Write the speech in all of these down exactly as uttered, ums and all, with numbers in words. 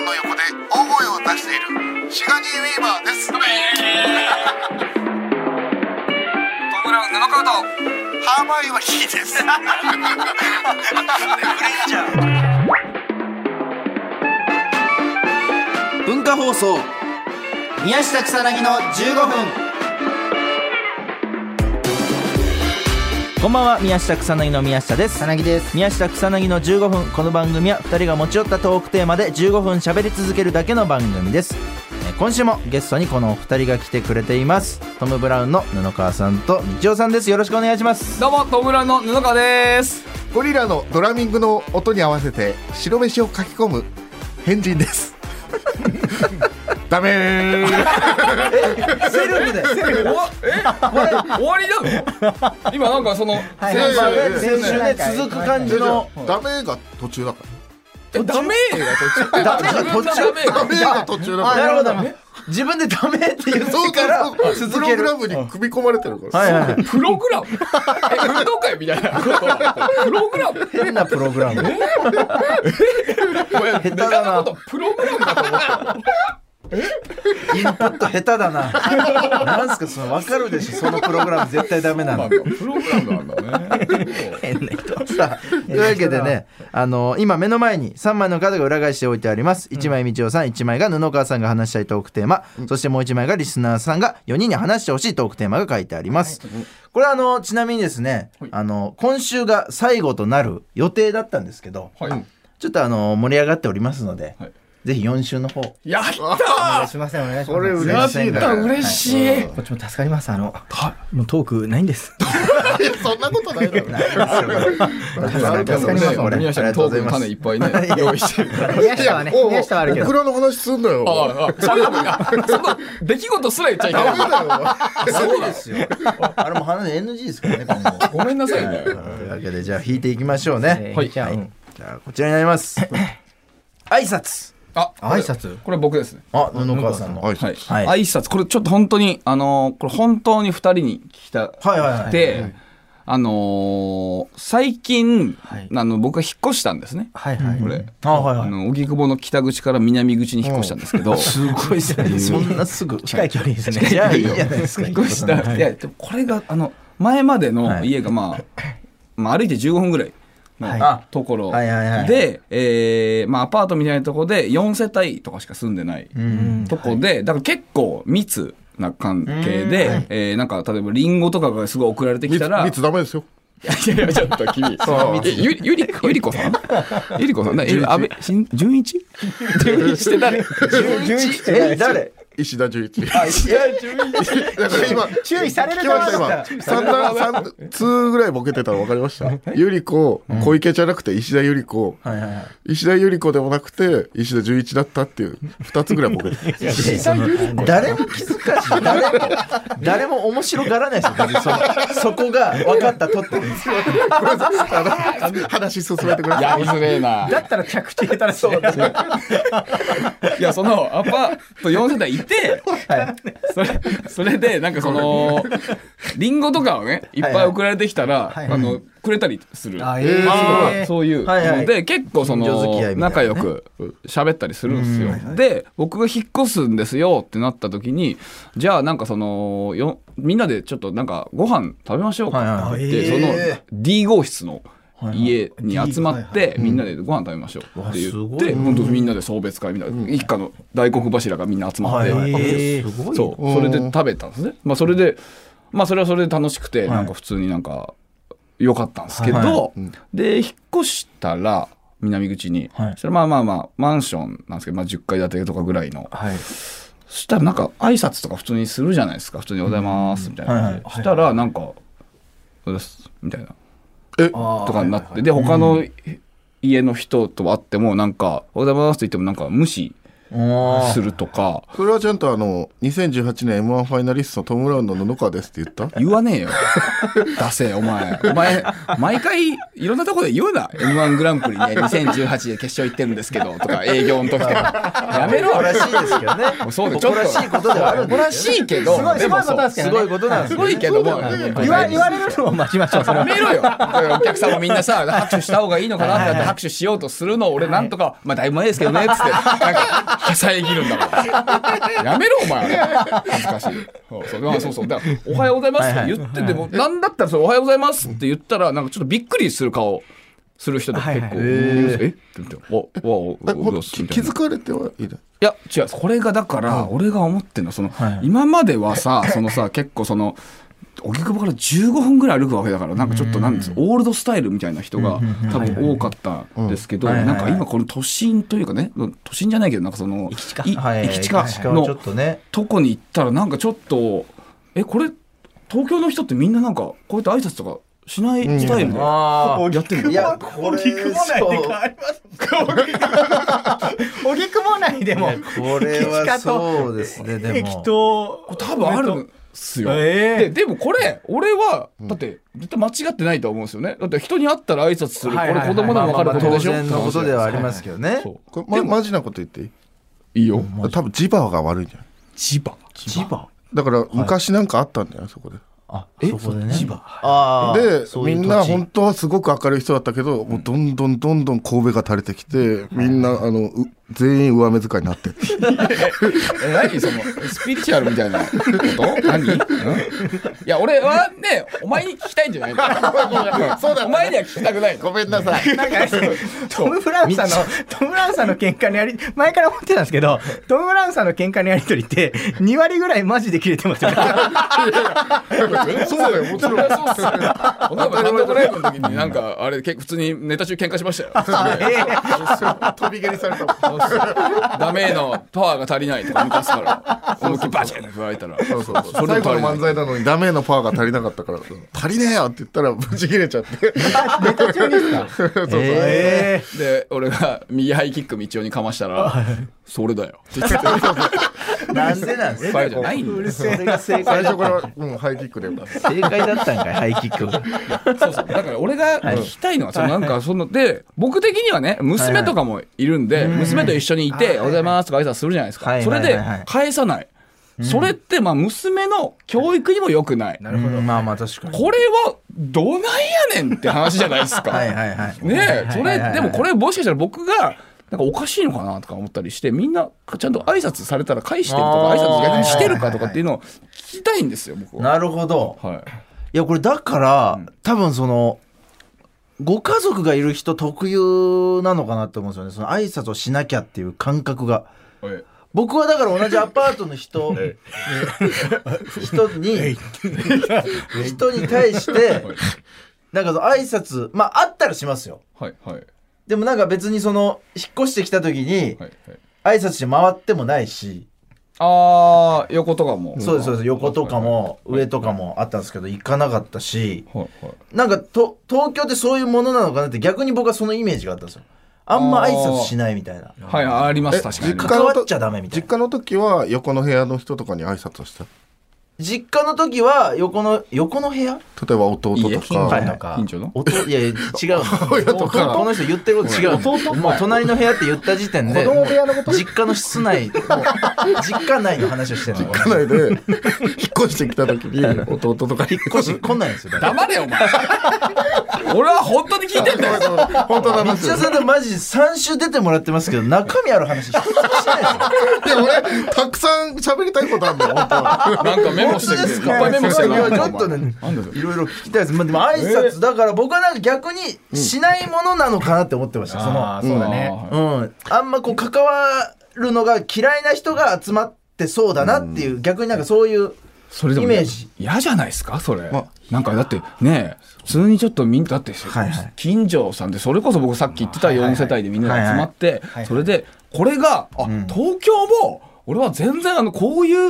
ンの横で大声を出しているシガニー・ウィーバーです。トム・ブラウン布川とハーマイオニーです。 文化放送宮下草薙のじゅうごふん。こんばんは、宮下草薙の宮下です。 草薙です。 宮下草薙のじゅうごふん。この番組はふたりが持ち寄ったトークテーマでじゅうごふん喋り続けるだけの番組です。今週もゲストにこのお二人が来てくれています。トム・ブラウンの布川さんと道夫さんです。よろしくお願いします。 どうも、トム・ブラウンの布川です。 ゴリラのドラミングの音に合わせて白飯を書き込む変人です。ダメー。 セルフでセルフおえこれ終わりなの？今なんかその先週先週ね続く感じのダメが途中だから。 えダメが途中ダメが途中ダメが途中だから。 なるほど。自分でダメって言ってから続ける。 プログラムに組み込まれてるから。 はいはい。 プログラム？え運動会みたいな。プログラム？ 変なプログラム。 え下手なことプログラムだと思った。 インプット下手だな。なんすかその分かるでしょ、そのプログラム絶対ダメなの。 プログラムなんだね。 変な人さあ、というわけでね、あの今目の前にさんまいのカードが裏返しておいてあります。いちまい道夫さん、いちまいが布川さんが話したいトークテーマ、うん、そしてもういちまいがリスナーさんがよにんに話してほしいトークテーマが書いてあります、はい、これはあのちなみにですね、はい、あの今週が最後となる予定だったんですけど、はい、ちょっとあの盛り上がっておりますので、はい、ぜひよん週の方やったー。 お願いします。お願いします。 これ嬉しいな。 やった嬉しい、はい、 こっちも助かります。あのもうトークないんです。 そんなことないだろう。助かります。俺宮下にトークの種いっぱいね用意してるから。 宮下はね、宮下はあるけど。 僕らの話すんだよ。 ああ、それその出来事すら言っちゃいけない。 そうですよ。あれも話 エヌジー ですからね。今後ごめんなさいね。 というわけでじゃあ引いていきましょうね。 はい。 じゃあこちらになります。挨拶。 あ、 挨拶。 これ僕ですね。 あ、布川さんの挨拶。はい。挨拶。これちょっと本当にあのこれ本当にふたりに聞きたくて、あの最近あの僕が引っ越したんですね。はいはい。これあの荻窪の北口から南口に引っ越したんですけど、 すごいですね。そんなすぐ近い距離ですね。 じゃあいいじゃないですか。 引っ越した。いやでもこれがあの前までの家がまあまあ歩いてじゅうごふんぐらい。のところで、はいはいはい、えーまあ、アパートみたいなところでよん世帯とかしか住んでないとこで、はい、だから結構密な関係で、はい、えー、なんか例えばリンゴとかがすごい送られてきたら密ダメですよ。 いやいやちょっと君ゆゆりゆりこさんゆりこさんえ安倍純一純一って誰純一って誰石田純一。 あ、石田純一。 だから今注意される側だ。今三段三通ぐらいボケてたの分かりました。ゆり子、小池じゃなくて石田ゆり子、はいはいはい、石田ゆり子でもなくて石田純一だったっていう二つぐらいボケてた。 誰も気づかず、誰も誰も面白がらないですよ。そ, そこが分かったとってるんですよ。 話進めてください。 やりづれえな。 だったら着地下手なそうですね。 いやそのアパートよん世帯て、はい、そ, れそれでなんかそのリンゴとかをねいっぱい送られてきたら、はいはい、あのくれたりする、はいはい、そういうので、はいはい、結構その仲良く喋ったりするんですよ、はいはい、で僕が引っ越すんですよってなった時にじゃあなんかそのよみんなでちょっとなんかご飯食べましょうかって言って、はいはい、その ディー 号室の家に集まってみんなでご飯食べましょうって言って本当みんなで送別会みんなで一家の大黒柱がみんな集まってそうそれで食べたんですね。まあそれでまあそれはそれで楽しくてなんか普通になんか良かったんですけどで引っ越したら南口にそしたらまあまあまあマンションなんですけどまあじゅっかい建てとかぐらいのそしたらなんか挨拶とか普通にするじゃないですか。普通におはようございますみたいなそしたらなんかおはようございますみたいなえとかになってで他の家の人と会ってもなんかおはようございますって言ってもなんか無視するとか。 それはちゃんとあのにせんじゅうはちねん エムワン ファイナリストのトム・ブラウンの布川ですって言った？ 言わねえよ。出せよお前。お前毎回いろんなところで言うな。エムワン グランプリねにせんじゅうはちで決勝行ってるんですけどとか営業の時とかやめろ。 誇らしいですけどね。 そうでちょっと誇らしいことではあるん誇らですよ。 しいけどすごいすごいことですけどね。 すごいことなんですすごいけども言わ言われるのを待ちましょう。それはやめろよ。お客さんもみんなさ拍手した方がいいのかなってなって拍手しようとするのを俺なんとかまあだいぶ前ですけどねっつってなんか遮るんだからやめろお前あれ恥ずかしい。そうそうまあそうそうだからおはようございますって言っててもなんだったらそれおはようございますって言ったらなんかちょっとびっくりする顔する人とか結構いますえって言っておおえほんと気気づかれてはいない。 いや違うこれがだから俺が思ってるのはその今まではさそのさ結構その荻窪からじゅうごふんぐらい歩くわけだからなんかちょっとなんですオールドスタイルみたいな人が多分多かったんですけどなんか今この都心というかね都心じゃないけどなんかその駅近駅近のとこに行ったらなんかちょっとえこれ東京の人ってみんななんかこうやって挨拶とかしないスタイルでやってるの。 いやこれ荻窪内で変わります荻窪内でもこれはそうですね。でも駅と多分あるんですよ、 えー、 で, でもこれ俺はだって絶対間違ってないと思うんですよね。だって人に会ったら挨拶する、これ子供でも分かることでしょ。 当然のことではありますけどね。 これ、ま、マジなこと言っていい？ いいよ。 多分磁場が悪いんじゃない？ 磁場磁場だから昔なんかあったんだよそこで。 あそこでね。 磁場あでみんな本当はすごく明るい人だったけどもうどんどんどんどん神戸が垂れてきてみんなあの全員上目遣いになってる。 え何そのスピリチュアルみたいなこと何、うん、いや俺はねお前に聞きたいんじゃないのそうだお前には聞きたくないの。 ごめんなさい。 なんかトム・ブラウンさんのトム・ブラウンさんの喧嘩のやり前から思ってたんですけどトム・ブラウンさんの喧嘩のやり取りってに割ぐらいマジで切れてますよね。 そうだよもちろん。 そうっすよ。この前単独ライブの時になんかあれ普通にネタ中喧嘩しましたよ。 飛び蹴りされた。 ダメのパワーが足りないとか抜かすから思いっきりバチンって振られたらそうそうそう最後の漫才なのにダメのパワーが足りなかったから足りねえよって言ったらブチ切れちゃってネタ中ですか。そうそう、 えー、で俺が右ハイキック道夫にかましたらそれだよって言ってなんでなんですか。 じゃないんだ。 それが正解最初かだった。 ら、うん、ハイキックで正解だったんかいハイキックが。 そうそうだから俺が聞きたいのはそのなんかそので僕的にはね娘とかもいるんで娘と一緒にいて「おはようございます」とか挨拶するじゃないですか。それで返さない。それってまあ娘の教育にも良くない。 なるほど。まあまあ確かに。 これはどないやねんって話じゃないですか。 はいはいはい。 ねえそれでもこれもしかしたら僕がなんかおかしいのかなとか思ったりしてみんなちゃんと挨拶されたら返してるとか挨拶逆にしてるかとかっていうのを聞きたいんですよ僕は。 なるほど。 はい。 いやこれだから多分そのご家族がいる人特有なのかなって思うんですよね。その挨拶をしなきゃっていう感覚が。僕はだから同じアパートの人人に人に対してなんか挨拶まああったらしますよ。 はいはい。 でもなんか別にその引っ越してきた時に挨拶して回ってもないし。 ああ横とかもそうですそうです横とかも上とかもあったんですけど行かなかったし、なんかと東京ってそういうものなのかなって逆に僕はそのイメージがあったんですよ。あんま挨拶しないみたいな。 はいあります確かに。 関わっちゃダメみたいな。 実家の時は横の部屋の人とかに挨拶をした。 実家の時は横の横の部屋例えば弟とか近所の弟いやいや違う親とかこの人言ってること違う。弟もう隣の部屋って言った時点で実家の室内もう実家内の話をしてるの。 実家内で引っ越してきた時に弟とか引っ越し来ないんですよ。 黙れよお前。俺は本当に聞いてんだよ。 本当の話。 道田さんでマジでさん週出てもらってますけど中身ある話一つもしてないですよ。 いや俺たくさん喋りたいことあるんだよ本当は。 なんかメモしてる。いっぱいメモしてる。 いやちょっとねいろいろ聞きたいです。まあでも挨拶だから僕はなんか逆にしないものなのかなって思ってました。そのそうだね。 うんあんまこう関わるのが嫌いな人が集まってそうだなっていう逆になんかそういうイメージ。 嫌じゃないですかそれ。なんかだってね普通にちょっとみんなだって近所さんでそれこそ僕さっき言ってたよん世帯でみんなで集まってそれでこれがあ東京も俺は全然あのこういう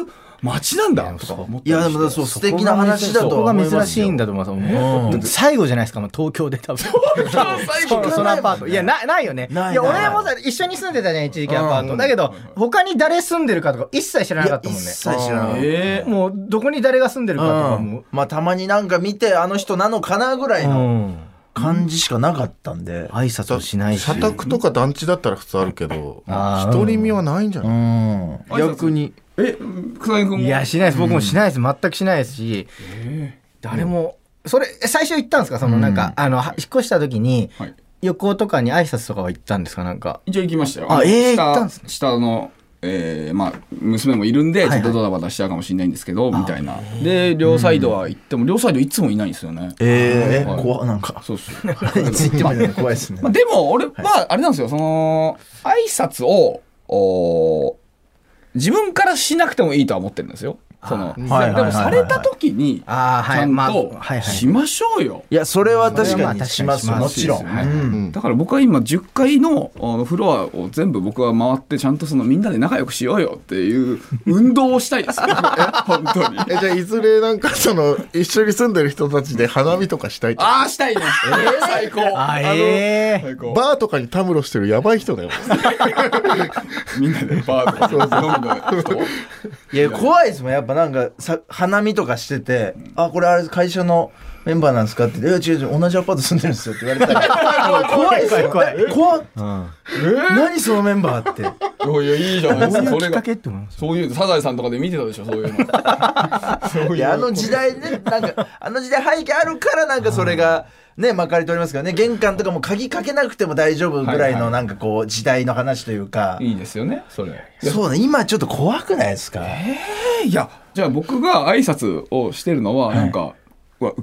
街なんだとか思って。 いやでもそう素敵な話だと思いますよ。 そこが珍しいんだと思います。うん、最後じゃないですか、もう東京で多分。最後そのアパート。いやなないよね。いや俺もさ一緒に住んでたじゃん一時期アパート。だけど他に誰住んでるかとか一切知らなかったもんね。 一切知らない。 えー、もうどこに誰が住んでるかとかも、うん、 まあたまになんか見てあの人なのかなぐらいの感じしかなかったんで、 うん、挨拶をしないし。 社宅とか団地だったら普通あるけど独り身はないんじゃない、 うん、逆に。 え、草薙君も？ いやしないです、僕もしないです、全くしないですし、えー、誰もそれ最初言ったんですか、そのなんか、うん、あの引っ越した時に、はい、横とかに挨拶とかは行ったんですか？なんか一応行きましたよ。 あ、えー、行ったんですね。 下のえー、まあ娘もいるんでちょっとドタバタしちゃうかもしれないんですけど、はいはい、みたいなで両サイドは行っても、うん、両サイドいつもいないんですよね。 えー、はい、怖なんかそうそういつ行ってもいないの怖いですね。 まあ、でも俺は、まあ、あれなんですよ、その挨拶をお自分からしなくてもいいとは思ってるんですよ。そのでもされた時にちゃんとしましょうよ。 いやそれは確かにしますよ、もちろん、 ね、うん、だから僕は今じゅっかいのフロアを全部僕は回ってちゃんとそのみんなで仲良くしようよっていう運動をしたいですよ本当に。 えじゃあいずれなんかその一緒に住んでる人たちで花見とかしたいと。 ああしたいね、えー、最高。 あ、えー、バーとかにたむろしてるやばい人だよみんなでバーとかそうそう飲むの。 いや怖いですもんやっぱなんかさ花見とかしてて、あこれあれ会社のメンバーなんですかって、いや違う違う同じアパート住んでるんですよって言われたら怖いですよ、怖い怖っ、うん、えー、何そのメンバーって。 いやいいじゃないですか。 そういうきっかけって思います。 そういうサザエさんとかで見てたでしょ、そういうのそういういやあの時代ね、なんかあの時代背景あるからなんかそれがねまかり通りますからね。玄関とかも鍵かけなくても大丈夫ぐらいのなんかこう時代の話というか、 はいはい、いいですよねそれ。 そうね、今ちょっと怖くないですか。 えー、いやじゃあ僕が挨拶をしてるのはなんか、はい、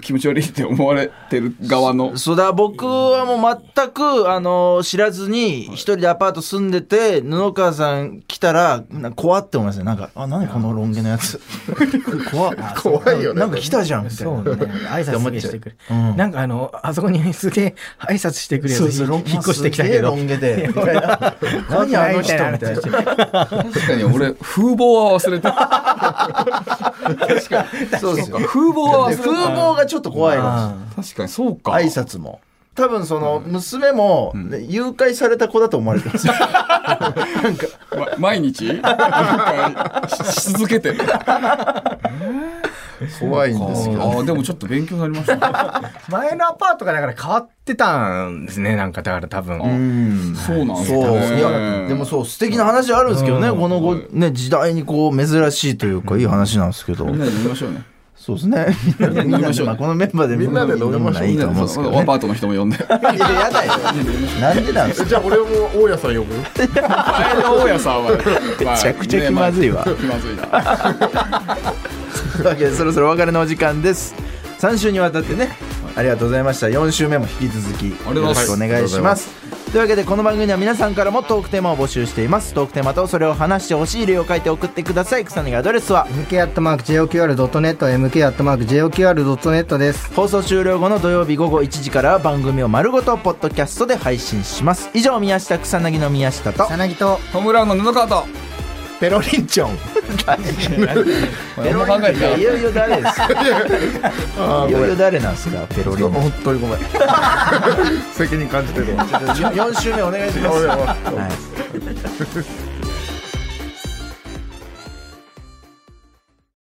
気持ち悪いって思われてる側の。 そうだ、僕はもう全くあの知らずに一人でアパート住んでて布川さん来たら怖って思いますね。なんかあ何このロン毛のやつ怖怖いよね。 なんか来たじゃんみたいな。 そうね、挨拶してくれ、うん、なんかあのあそこにすげえ挨拶してくれるやつ引っ越してきたけどロン毛で何あの人みたいな。 確かに俺風貌は忘れて確かにそうですよ、風貌は忘れて、 風貌がちょっと怖いの。 確かにそうか。 挨拶も多分その娘も、ね、うん、誘拐された子だと思われてますなんか、 ま、毎日誘拐し続けてる怖いんですけど。 あでもちょっと勉強になりました前のアパートがだから変わってたんですね、なんかだから多分。 うんそうなんですね。いやでもそう素敵な話あるんですけどね、このご、ね、時代にこう珍しいというかいい話なんですけど、 みんなで見ましょうね。 そうですね。みんなで飲みましょう、ね。このメンバーでみんなで飲みましょう。いいと思うんですけど、ね。 アパートの人も呼んで。いややだよ。なんでなんですか。 じゃあ俺も大家さん呼ぶ。 前の大家さんはめちゃくちゃ気まずいわ。 気まずいな。 というわけでそろそろお別れのお時間です。さん週にわたってね、ありがとうございました。よん週目も引き続きよろしくお願いします。というわけでこの番組では皆さんからもトークテーマを募集しています。トークテーマとそれを話してほしい理由を書いて送ってください。草薙アドレスはエムケーアットマークジェイオーキューアールドットネット エムケーアットマークジェイオーキューアールドットネット です。 放送終了後の土曜日午後いちじから番組を丸ごとポッドキャストで配信します。以上、宮下草薙の宮下と草薙とトム・ブラウンの布川とペロリンチョンペロリンチョンいよいよ誰ですかいよいよ誰なんですかペロリン。 本当にごめん責任感じてるわ。 よん週目お願いします。はい